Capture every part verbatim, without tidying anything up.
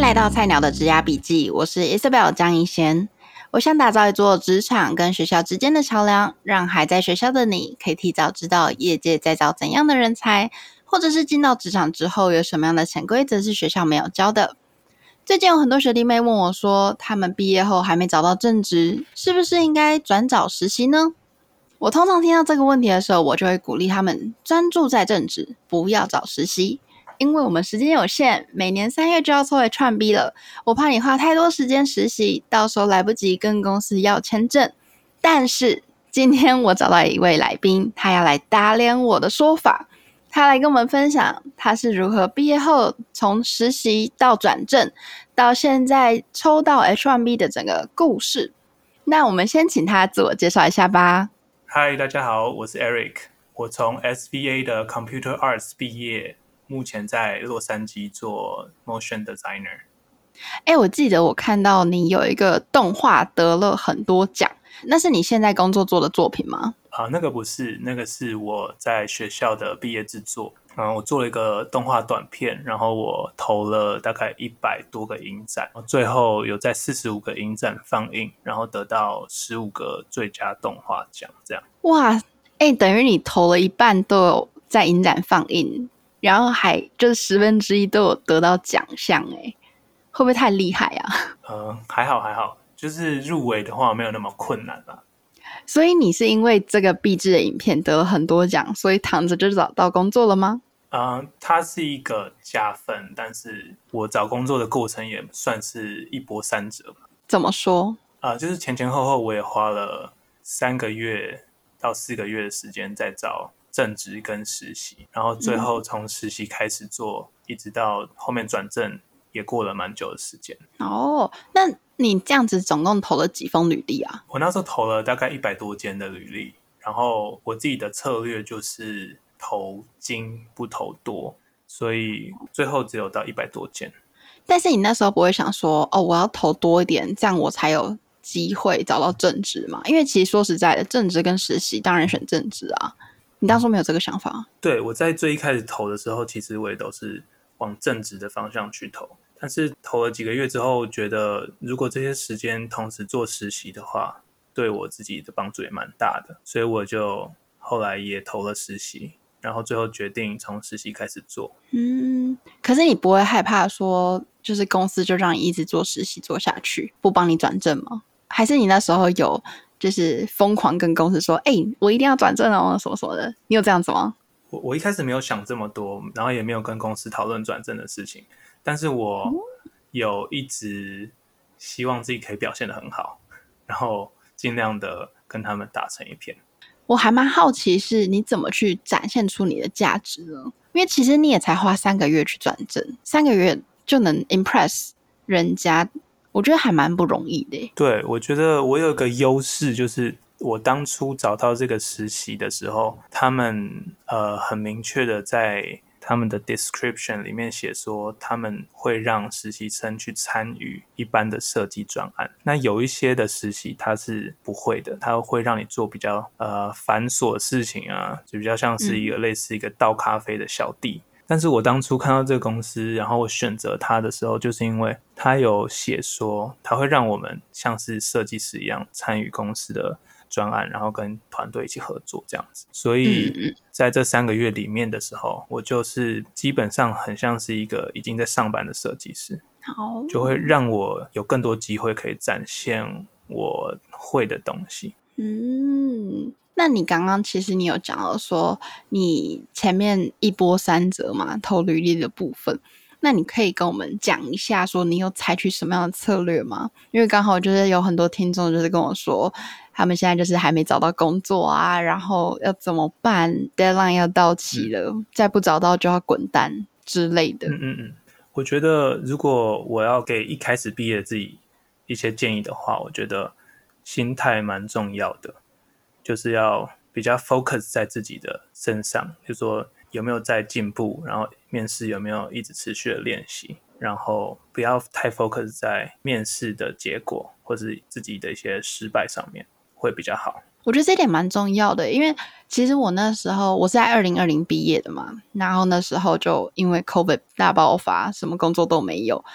菜到菜鸟的职涯笔记，我是 Isabel 江一贤。我想打造一座职场跟学校之间的桥梁，让还在学校的你可以提早知道业界在找怎样的人才，或者是进到职场之后有什么样的潜规则是学校没有教的。最近有很多学弟妹问我说，他们毕业后还没找到正职，是不是应该转找实习呢？我通常听到这个问题的时候，我就会鼓励他们专注在正职，不要找实习。因为我们时间有限，每年三月就要抽 H 一 B 了，我怕你花太多时间实习，到时候来不及跟公司要签证。但是今天我找到一位来宾，他要来打脸我的说法，他来跟我们分享他是如何毕业后从实习到转正，到现在抽到 H 一 B 的整个故事。那我们先请他自我介绍一下吧。 嗨，大家好，我是 Eric， 我从 S V A 的 Computer Arts 毕业，目前在洛杉矶做 Motion Designer。 哎，我记得我看到你有一个动画得了很多奖，那是你现在工作做的作品吗？ 啊、呃，那个不是，那个是我在学校的毕业制作。嗯，我做了一个动画短片，然后我投了大概一百多个影展，最后有在四十五个影展放映，然后得到十五个最佳动画奖，这样。 哇，哎，等于你投了一半都有在影展放映，然后还就是十分之一都有得到奖项，哎，会不会太厉害啊？ 呃，还好还好，就是入围的话没有那么困难啦。 所以你是因为这个毕制的影片得了很多奖，所以躺着就找到工作了吗？ 呃，它是一个加分，但是我找工作的过程也算是一波三折吧。 怎么说？ 呃，就是前前后后我也花了三个月到四个月的时间在找正职跟实习，然后最后从实习开始做，嗯、一直到后面转正，也过了蛮久的时间。 哦，那你这样子总共投了几封履历啊？ 我那时候投了大概一百多间的履历，然后我自己的策略就是投精不投多，所以最后只有到一百多间。 但是你那时候不会想说，哦，我要投多一点，这样我才有机会找到正职嘛？因为其实说实在的，正职跟实习当然选正职啊。你当初没有这个想法？ 对，我在最一开始投的时候，其实我也都是往正职的方向去投。但是投了几个月之后，觉得如果这些时间同时做实习的话，对我自己的帮助也蛮大的，所以我就后来也投了实习，然后最后决定从实习开始做。 嗯，可是你不会害怕说，就是公司就让你一直做实习做下去，不帮你转正吗？还是你那时候有就是疯狂跟公司说，哎、欸，我一定要转正哦，什么什么的，你有这样子吗？ 我我一开始没有想这么多，然后也没有跟公司讨论转正的事情，但是我有一直希望自己可以表现得很好，然后尽量的跟他们打成一片。 我还蛮好奇是你怎么去展现出你的价值呢？因为其实你也才花三个月去转正，三个月就能 impress 人家，我觉得还蛮不容易的。 对，我觉得我有一个优势，就是我当初找到这个实习的时候，他们呃很明确的在他们的 description 里面写说，他们会让实习生去参与一般的设计专案。那有一些的实习它是不会的，它会让你做比较呃繁琐的事情啊，就比较像是一个、嗯、类似一个倒咖啡的小弟。但是我当初看到这个公司，然后我选择他的时候，就是因为他有写说，他会让我们像是设计师一样参与公司的专案，然后跟团队一起合作这样子。所以在这三个月里面的时候，我就是基本上很像是一个已经在上班的设计师，就会让我有更多机会可以展现我会的东西。 嗯，那你刚刚其实你有讲到说你前面一波三折嘛，投履历的部分，那你可以跟我们讲一下说你有采取什么样的策略吗？因为刚好就是有很多听众就是跟我说他们现在就是还没找到工作啊，然后要怎么办， deadline 要到期了、嗯、再不找到就要滚蛋之类的。 嗯嗯嗯，我觉得如果我要给一开始毕业自己一些建议的话，我觉得心态蛮重要的，就是要比较 focus 在自己的身上，就是说有没有在进步，然后面试有没有一直持续的练习，然后不要太 focus 在面试的结果或是自己的一些失败上面，会比较好。 我觉得这点蛮重要的，因为其实我那时候我是在二零二零毕业的嘛，然后那时候就因为 COVID 大爆发，什么工作都没有，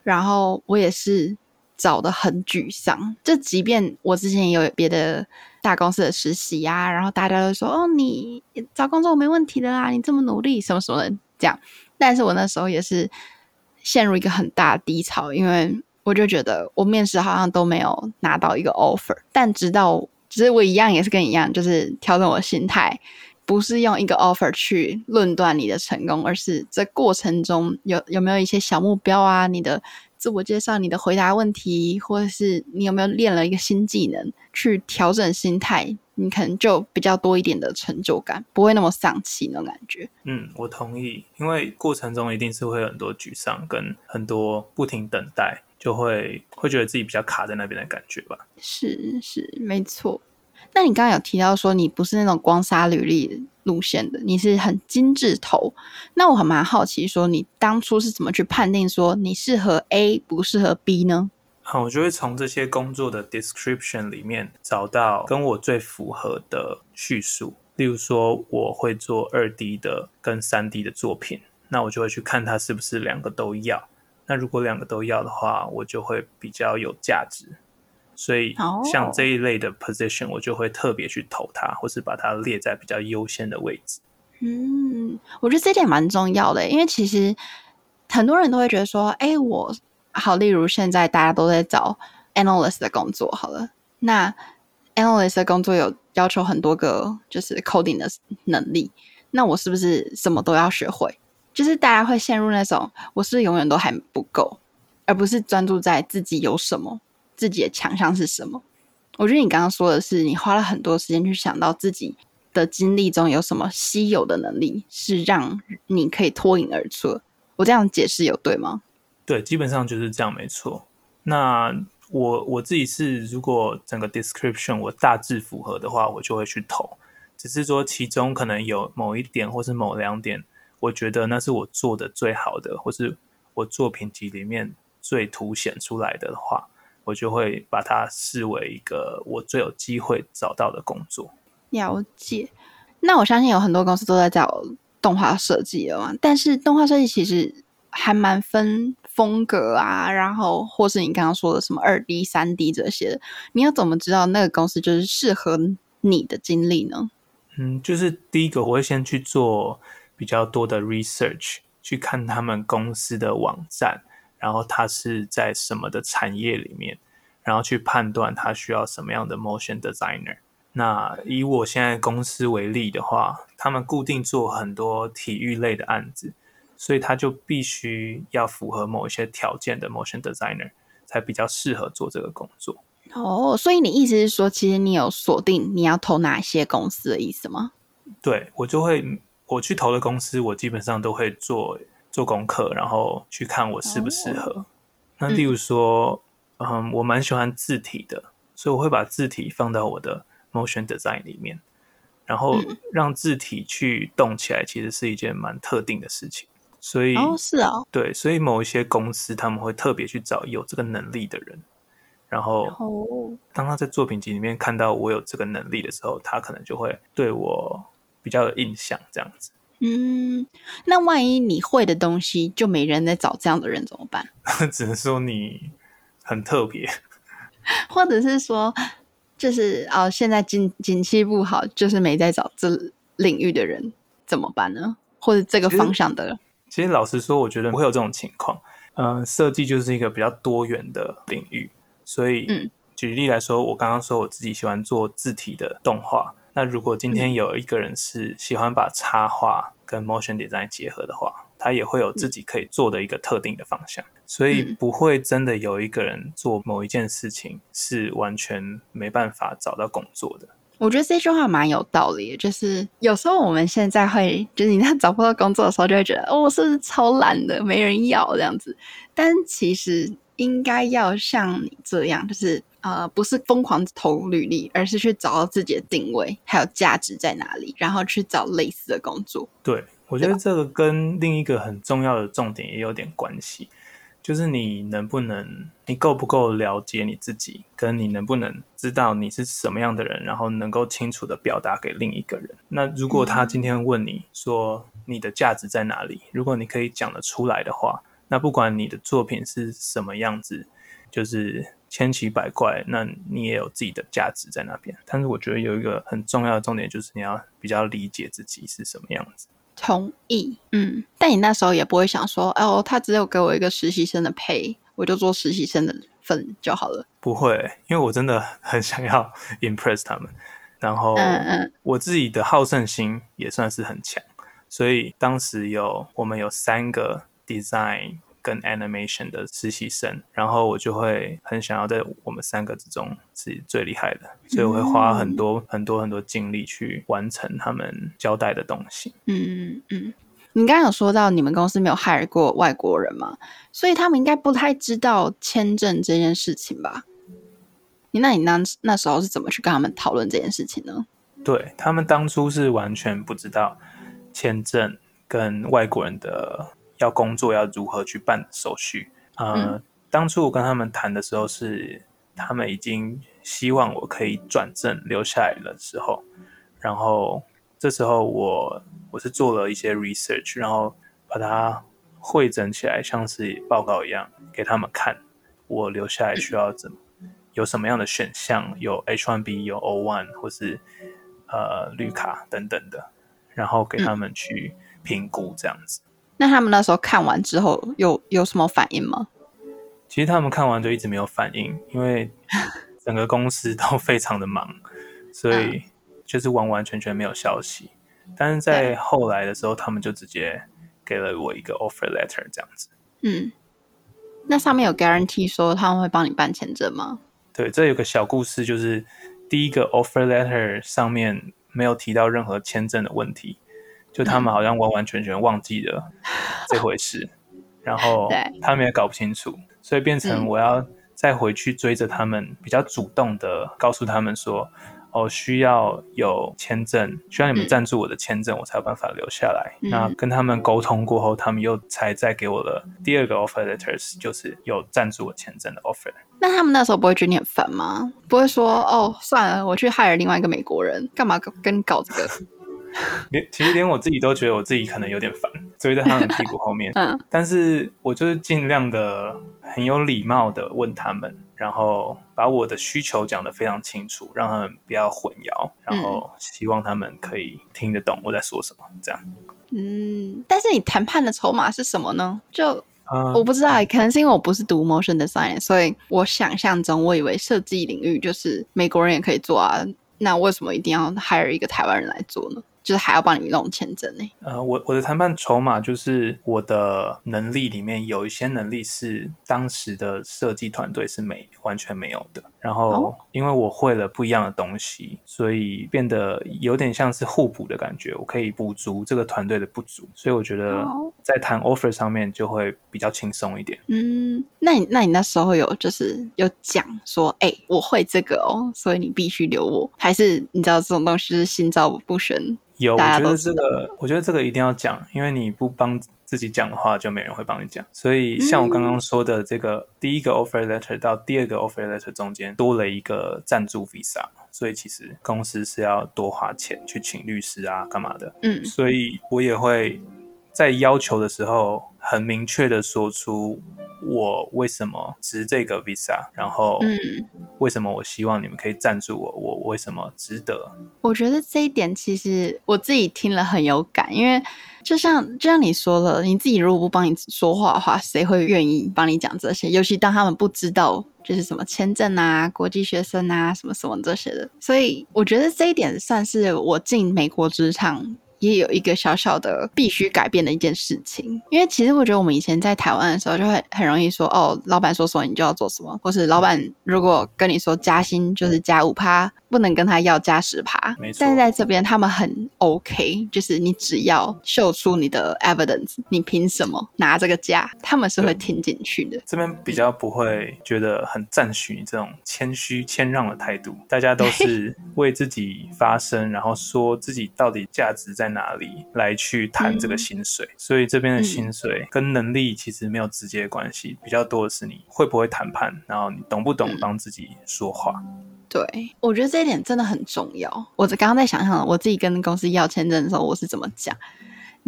然后我也是找得很沮丧，就即便我之前也有别的大公司的实习啊，然后大家都说哦，你找工作没问题的啦，你这么努力什么什么的这样，但是我那时候也是陷入一个很大的低潮，因为我就觉得我面试好像都没有拿到一个 offer， 但直到只是我一样也是跟你一样，就是调整我的心态，不是用一个 offer 去论断你的成功，而是这过程中有有没有一些小目标啊，你的自我介绍，你的回答问题，或者是你有没有练了一个新技能去调整心态，你可能就比较多一点的成就感，不会那么丧气那种感觉。 嗯，我同意，因为过程中一定是会有很多沮丧跟很多不停等待，就会会觉得自己比较卡在那边的感觉吧。 是是没错。那你刚刚有提到说你不是那种光杀履历路线的，你是很精致头，那我还蛮好奇说你当初是怎么去判定说你适合 A 不适合 B 呢？ 好，我就会从这些工作的 description 里面找到跟我最符合的叙述，例如说我会做 二 D 的跟 三 D 的作品，那我就会去看它是不是两个都要，那如果两个都要的话，我就会比较有价值，所以像这一类的 position 我就会特别去投它，或是把它列在比较优先的位置。 嗯，我觉得这点蛮重要的，因为其实很多人都会觉得说，哎，我好，例如现在大家都在找 analyst 的工作好了，那 analyst 的工作有要求很多个就是 coding 的能力，那我是不是什么都要学会？就是大家会陷入那种我是不是永远都还不够，而不是专注在自己有什么，自己的强项是什么。我觉得你刚刚说的是你花了很多时间去想到自己的经历中有什么稀有的能力是让你可以脱颖而出，我这样解释有对吗？ 对，基本上就是这样，没错。那我我自己是，如果整个 description 我大致符合的话，我就会去投。只是说其中可能有某一点或是某两点，我觉得那是我做的最好的，或是我作品集里面最凸显出来的话，我就会把它视为一个我最有机会找到的工作。 了解。那我相信有很多公司都在找动画设计了嘛，但是动画设计其实还蛮分风格啊，然后或是你刚刚说的什么 二 D 三 D 这些的，你要怎么知道那个公司就是适合你的经历呢？ 嗯，就是第一个我会先去做比较多的 research， 去看他们公司的网站，然后它是在什么的产业里面，然后去判断它需要什么样的 motion designer。那以我现在公司为例的话，他们固定做很多体育类的案子，所以他就必须要符合某一些条件的 motion designer 才比较适合做这个工作。 哦，所以你意思是说其实你有锁定你要投哪些公司的意思吗？ 对，我就会我去投的公司我基本上都会做做功课，然后去看我适不适合。哦、那例如说 嗯, 嗯，我蛮喜欢字体的，所以我会把字体放到我的 motion design 里面，然后让字体去动起来其实是一件蛮特定的事情。所以哦，是哦， 对，所以某一些公司他们会特别去找有这个能力的人，然后当他在作品集里面看到我有这个能力的时候，他可能就会对我比较有印象这样子。 嗯，那万一你会的东西就没人在找这样的人怎么办？ 只能说你很特别， 或者是说就是哦，现在景景气不好，就是没在找这领域的人怎么办呢？或者这个方向的？ 其实老实说，我觉得不会有这种情况。呃，设计就是一个比较多元的领域，所以、嗯、举例来说，我刚刚说我自己喜欢做字体的动画，那如果今天有一个人是喜欢把插画跟 motion design 结合的话，他也会有自己可以做的一个特定的方向，所以不会真的有一个人做某一件事情是完全没办法找到工作的。 我觉得这句话蛮有道理的，就是有时候我们现在会就是你在找不到工作的时候就会觉得哦，我是不是超懒的没人要这样子，但其实应该要像你这样，就是呃不是疯狂投履历，而是去找到自己的定位还有价值在哪里，然后去找类似的工作。 对，我觉得这个跟另一个很重要的重点也有点关系，就是你能不能你够不够了解你自己，跟你能不能知道你是什么样的人，然后能够清楚的表达给另一个人。那如果他今天问你说你的价值在哪里，如果你可以讲得出来的话， 那不管你的作品是什么样子，就是千奇百怪，那你也有自己的价值在那边。但是我觉得有一个很重要的重点，就是你要比较理解自己是什么样子。 同意，嗯，但你那时候也不会想说，哦，他只有给我一个实习生的 pay， 我就做实习生的份就好了。 不会，因为我真的很想要 impress 他们，然后我自己的好胜心也算是很强，所以当时有我们有三个 design 跟 animation 的实习生，然后我就会很想要在我们三个之中是最厉害的，所以我会花很多、嗯、很多很多精力去完成他们交代的东西。 嗯嗯，你刚刚有说到你们公司没有 hire 过外国人嘛，所以他们应该不太知道签证这件事情吧？那你 那, 那时候是怎么去跟他们讨论这件事情呢？ 对，他们当初是完全不知道签证跟外国人的要工作要如何去办手续。呃、嗯，当初我跟他们谈的时候是他们已经希望我可以转正留下来的时候，然后这时候我我是做了一些 research， 然后把它汇整起来，像是报告一样给他们看，我留下来需要怎么、嗯、有什么样的选项，有 H 一 B 有 O 一 或是呃绿卡等等的，然后给他们去评估这样子。嗯， 那他们那时候看完之后有有什么反应吗？ 其实他们看完就一直没有反应，因为整个公司都非常的忙，所以就是完完全全没有消息。但是在后来的时候，他们就直接给了我一个 offer letter 这样子。 嗯，那上面有 guarantee 说他们会帮你办签证吗？ 对，这有个小故事，就是第一个 offer letter 上面没有提到任何签证的问题，就他们好像完完全全忘记了这回事，然后他们也搞不清楚，所以变成我要再回去追着他们，比较主动的告诉他们说，哦，需要有签证，需要你们赞助我的签证，我才有办法留下来。嗯，那跟他们沟通过后，他们又才再给我了第二个 offer letters， 就是有赞助我签证的 offer。 那他们那时候不会觉得你很烦吗？不会说，哦，算了，我去 hire 另外一个美国人，干嘛跟你搞这个？ 其实连我自己都觉得我自己可能有点烦，追在他们屁股后面。嗯，但是我就是尽量的很有礼貌的问他们，然后把我的需求讲得非常清楚，让他们不要混淆，然后希望他们可以听得懂我在说什么，这样。 嗯，但是你谈判的筹码是什么呢？就我不知道，可能是因为我不是读 motion design， 所以我想象中我以为设计领域就是美国人也可以做啊，那为什么一定要 hire 一个台湾人来做呢？就是还要帮你弄签证呢？ 呃，我我的谈判筹码就是我的能力里面有一些能力是当时的设计团队是没完全没有的，然后因为我会了不一样的东西，所以变得有点像是互补的感觉，我可以补足这个团队的不足，所以我觉得在谈 offer 上面就会比较轻松一点。 嗯，那你那你那时候有就是有讲说，哎、欸，我会这个哦，所以你必须留我，还是你知道这种东西是心照不宣？ 有，我觉得这个，我觉得这个一定要讲，因为你不帮自己讲的话，就没人会帮你讲。所以像我刚刚说的，这个、嗯、第一个 offer letter 到第二个 offer letter 中间多了一个赞助 visa， 所以其实公司是要多花钱去请律师啊，干嘛的。嗯，所以我也会在要求的时候很明确的说出我为什么值这个 visa， 然后为什么我希望你们可以赞助我，我为什么值得。 我觉得这一点其实我自己听了很有感，因为就像就像你说了，你自己如果不帮你说话的话，谁会愿意帮你讲这些？尤其当他们不知道就是什么签证啊、国际学生啊、什么什么这些的。所以我觉得这一点算是我进美国职场也有一个小小的必须改变的一件事情。因为其实我觉得我们以前在台湾的时候就会很容易说，哦，老板说什么你就要做什么，或是老板如果跟你说加薪就是加 百分之五， 不能跟他要加 百分之十。 但是在这边他们很 OK， 就是你只要秀出你的 evidence， 你凭什么拿这个价，他们是会听进去的。 这边比较不会觉得很赞许你这种谦虚谦让的态度，大家都是为自己发声然后说自己到底价值在哪里来去谈这个薪水、嗯、所以这边的薪水跟能力其实没有直接的关系，比较多的是你会不会谈判，然后你懂不懂帮自己说话、嗯， 对，我觉得这一点真的很重要。我刚刚在想想我自己跟公司要签证的时候我是怎么讲，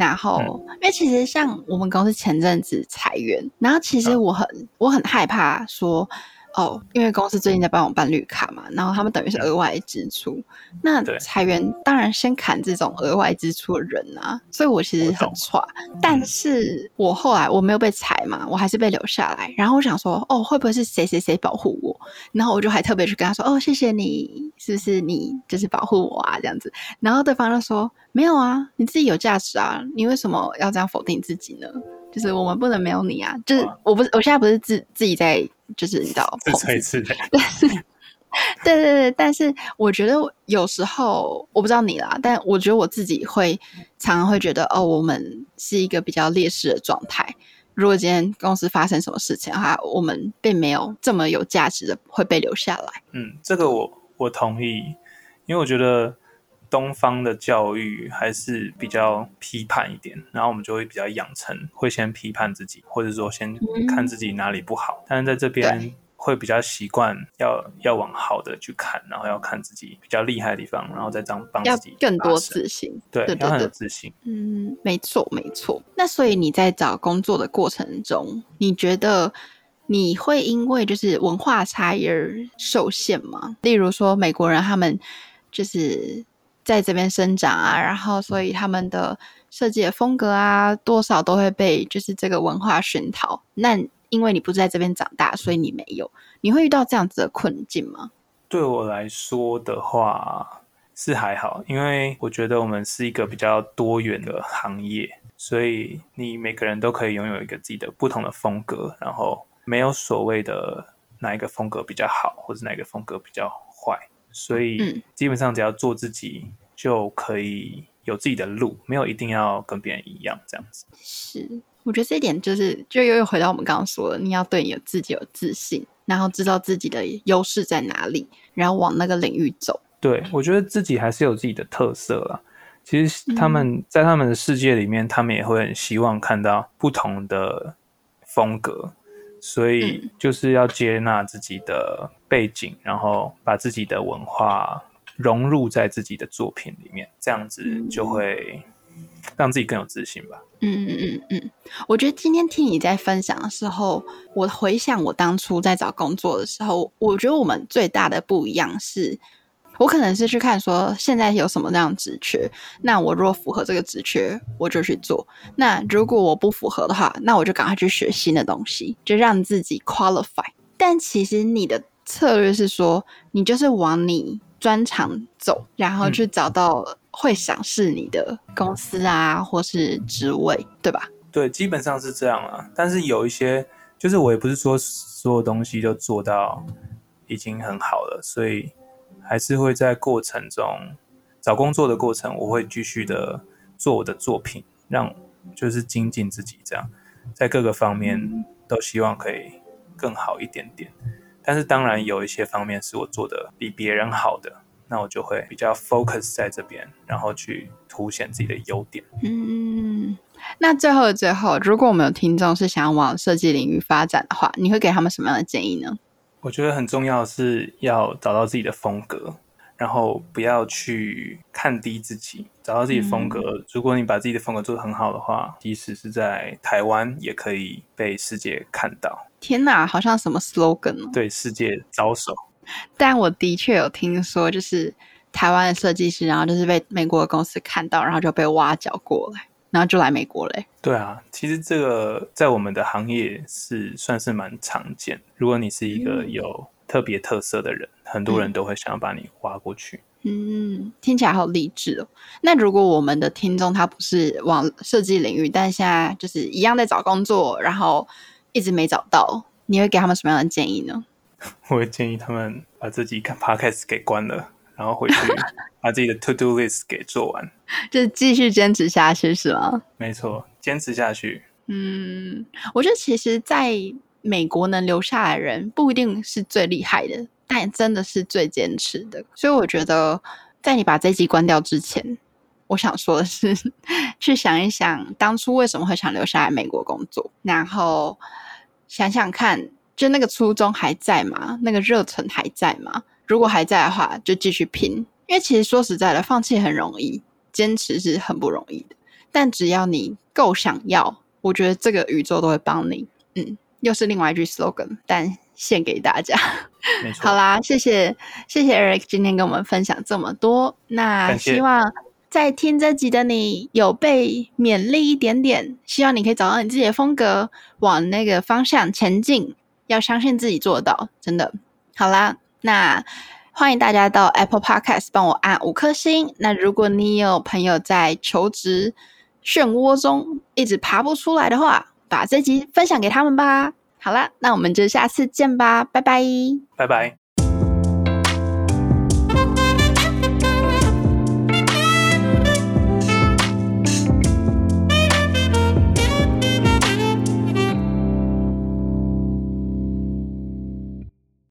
然后、嗯、因为其实像我们公司前阵子裁员，然后其实我很、嗯、我很害怕说哦，因为公司最近在帮我办绿卡嘛，然后他们等于是额外支出、嗯、那裁员当然先砍这种额外支出的人啊，所以我其实很差，但是我后来我没有被裁嘛，我还是被留下来，然后我想说哦，会不会是谁谁谁保护我，然后我就还特别去跟他说哦，谢谢你，是不是你就是保护我啊这样子，然后对方就说没有啊，你自己有价值啊，你为什么要这样否定自己呢，就是我们不能没有你啊，就是我不是我现在不是自自己在就是你知道自吹自擂， 对对对，但是我觉得有时候我不知道你啦，但我觉得我自己会常常会觉得哦，我们是一个比较劣势的状态。如果今天公司发生什么事情的话，我们并没有这么有价值的会被留下来。 嗯，这个我我同意，因为我觉得东方的教育还是比较批判一点，然后我们就会比较养成会先批判自己，或者说先看自己哪里不好、嗯、但是在这边会比较习惯要要往好的去看，然后要看自己比较厉害的地方，然后再这样帮自己要更多自信， 对， 对对对， 要很有自信。 嗯，没错没错。那所以你在找工作的过程中，你觉得你会因为就是文化差异而受限吗？例如说美国人他们就是在这边生长啊，然后所以他们的设计的风格啊，多少都会被就是这个文化熏陶。那因为你不是在这边长大，所以你没有，你会遇到这样子的困境吗？ 对我来说的话是还好，因为我觉得我们是一个比较多元的行业，所以你每个人都可以拥有一个自己的不同的风格，然后没有所谓的哪一个风格比较好，或者哪一个风格比较坏，所以基本上只要做自己就可以有自己的路，没有一定要跟别人一样这样子。 是，我觉得这一点就是就又回到我们刚刚说的，你要对你自己有自信，然后知道自己的优势在哪里，然后往那个领域走。 对，我觉得自己还是有自己的特色啦。其实他们、嗯、在他们的世界里面，他们也会很希望看到不同的风格，所以就是要接纳自己的背景，然后把自己的文化融入在自己的作品里面，这样子就会让自己更有自信吧。 嗯嗯嗯嗯，我觉得今天听你在分享的时候，我回想我当初在找工作的时候，我觉得我们最大的不一样是，我可能是去看说现在有什么样的职缺，那我如果符合这个职缺我就去做，那如果我不符合的话，那我就赶快去学新的东西，就让自己 qualify。 但其实你的策略是说你就是往你专长走，然后去找到会赏识你的公司啊或是职位，对吧？ 对，基本上是这样啊。但是有一些就是我也不是说所有东西都做到已经很好了，所以还是会在过程中找工作的过程，我会继续的做我的作品，让就是精进自己，这样在各个方面都希望可以更好一点点。但是当然有一些方面是我做的比别人好的，那我就会比较 focus 在这边，然后去凸显自己的优点。 嗯，那最后的最后，如果我们有听众是想要往设计领域发展的话，你会给他们什么样的建议呢？ 我觉得很重要的是要找到自己的风格，然后不要去看低自己，找到自己的风格、嗯、如果你把自己的风格做得很好的话，即使是在台湾也可以被世界看到。 天哪，好像什么 slogan 哦， 对世界招手。 但我的确有听说就是台湾的设计师然后就是被美国的公司看到，然后就被挖角过来，然后就来美国嘞。 对啊，其实这个在我们的行业是算是蛮常见，如果你是一个有特别特色的人、嗯、很多人都会想要把你挖过去。 嗯，听起来好励志哦。那如果我们的听众他不是往设计领域，但现在就是一样在找工作，然后一直没找到，你会给他们什么样的建议呢？ 我会建议他们把自己 podcast 给关了，然后回去把自己的 to do list 给做完， 就是继续坚持下去是吗？ 没错，坚持下去。 嗯，我觉得其实在美国能留下来的人不一定是最厉害的，但真的是最坚持的。所以我觉得在你把这一集关掉之前，我想说的是去想一想当初为什么会想留下来美国工作，然后想想看就那个初衷还在吗？那个热忱还在吗？如果还在的话就继续拼，因为其实说实在的放弃很容易，坚持是很不容易的。 但只要你够想要，我觉得这个宇宙都会帮你。嗯，又是另外一句 slogan， 但献给大家。 没错。 好啦，谢谢谢谢 Eric 今天跟我们分享这么多。那希望在听这集的你有被勉励一点点，希望你可以找到你自己的风格，往那个方向前进，要相信自己做到，真的。好啦，那欢迎大家到 Apple Podcast 帮我按五颗星。那如果你有朋友在求职漩涡中一直爬不出来的话，把这集分享给他们吧。好啦，那我们就下次见吧，拜拜。 拜拜。